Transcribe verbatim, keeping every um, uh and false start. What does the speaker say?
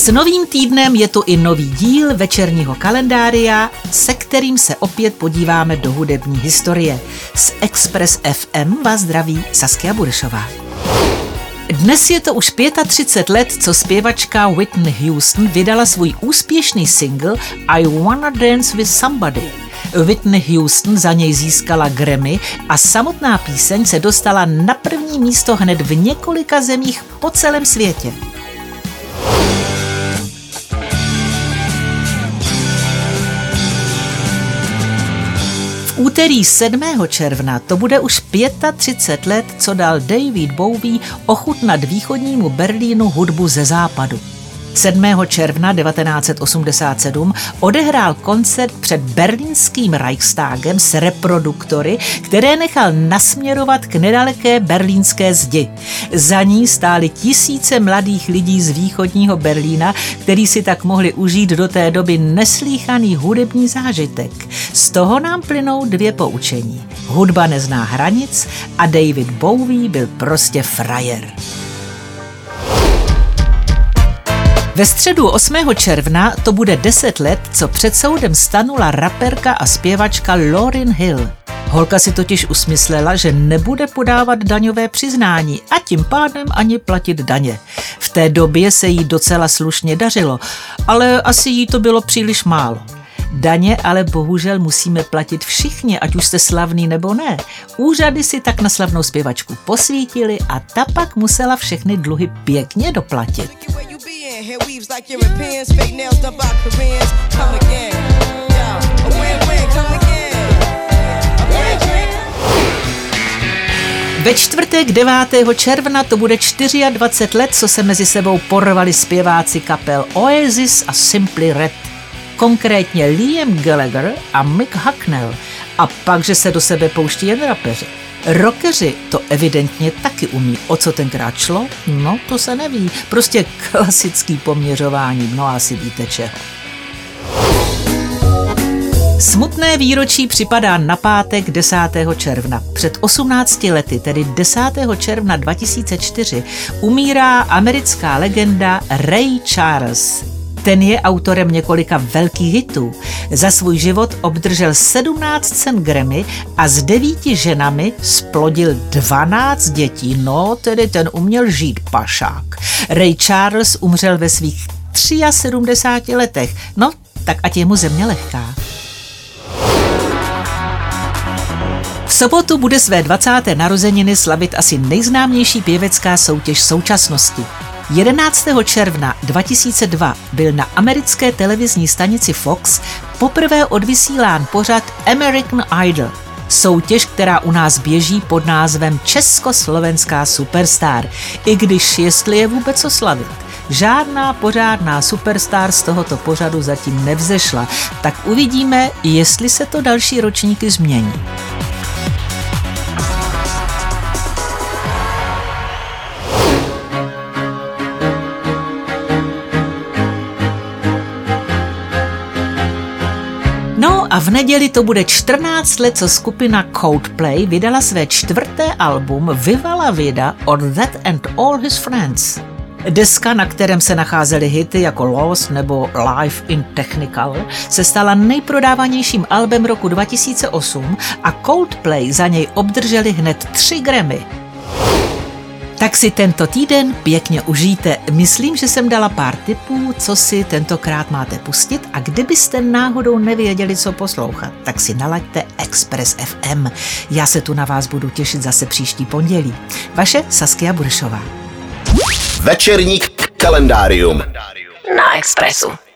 S novým týdnem je tu i nový díl večerního kalendária, se kterým se opět podíváme do hudební historie. Z Express F M vás zdraví Saskia Burešová. Dnes je to už třicet pět let, co zpěvačka Whitney Houston vydala svůj úspěšný single I Wanna Dance With Somebody. Whitney Houston za něj získala Grammy a samotná píseň se dostala na první místo hned v několika zemích po celém světě. V úterý sedmého června to bude už třicet pět let, co dal David Bowie ochutnat východnímu Berlínu hudbu ze západu. sedmého června devatenáct set osmdesát sedm odehrál koncert před berlínským Reichstagem s reproduktory, které nechal nasměrovat k nedaleké berlínské zdi. Za ní stály tisíce mladých lidí z východního Berlína, kteří si tak mohli užít do té doby neslýchaný hudební zážitek. Z toho nám plynou dvě poučení. Hudba nezná hranic a David Bowie byl prostě frajer. Ve středu osmého června to bude deset let, co před soudem stanula raperka a zpěvačka Lauryn Hill. Holka si totiž usmyslela, že nebude podávat daňové přiznání a tím pádem ani platit daně. V té době se jí docela slušně dařilo, ale asi jí to bylo příliš málo. Daně ale bohužel musíme platit všichni, ať už jste slavný nebo ne. Úřady si tak na slavnou zpěvačku posvítili a ta pak musela všechny dluhy pěkně doplatit. Ve čtvrtek devátého června to bude dvacet čtyři let, co se mezi sebou porvali zpěváci kapel Oasis a Simply Red. Konkrétně Liam Gallagher a Mick Hucknall. A pak, že se do sebe pouští jen rapeři. Rockeři to evidentně taky umí. O co tenkrát šlo? No, to se neví. Prostě klasický poměřování. No asi víte čeho. Smutné výročí připadá na pátek desátého června. Před osmnácti lety, tedy desátého června dva tisíce čtyři, umírá americká legenda Ray Charles. Ten je autorem několika velkých hitů. Za svůj život obdržel sedmnáct cen Grammy a s devíti ženami splodil dvanáct dětí. No, tedy ten uměl žít pašák. Ray Charles umřel ve svých sedmdesáti třech letech. No, tak ať je mu země lehká. V sobotu bude své dvacáté narozeniny slavit asi nejznámější pěvecká soutěž současnosti. jedenáctého června dva tisíce dva byl na americké televizní stanici Fox poprvé odvysílán pořad American Idol. Soutěž, která u nás běží pod názvem Československá superstar, i když jestli je vůbec co slavit. Žádná pořádná superstar z tohoto pořadu zatím nevzešla, tak uvidíme, jestli se to další ročníky změní. No a v neděli to bude čtrnáct let, co skupina Coldplay vydala své čtvrté album Viva la Vida od That and All His Friends. Deska, na kterém se nacházely hity jako Lost nebo Live in Technical, se stala nejprodávanějším albem roku dva tisíce osm a Coldplay za něj obdrželi hned tři Grammy. Tak si tento týden pěkně užijte. Myslím, že jsem dala pár tipů, co si tentokrát máte pustit a kdybyste náhodou nevěděli, co poslouchat, tak si nalaďte Express F M. Já se tu na vás budu těšit zase příští pondělí. Vaše Saskia Burešová. Večerní kalendárium na Expressu.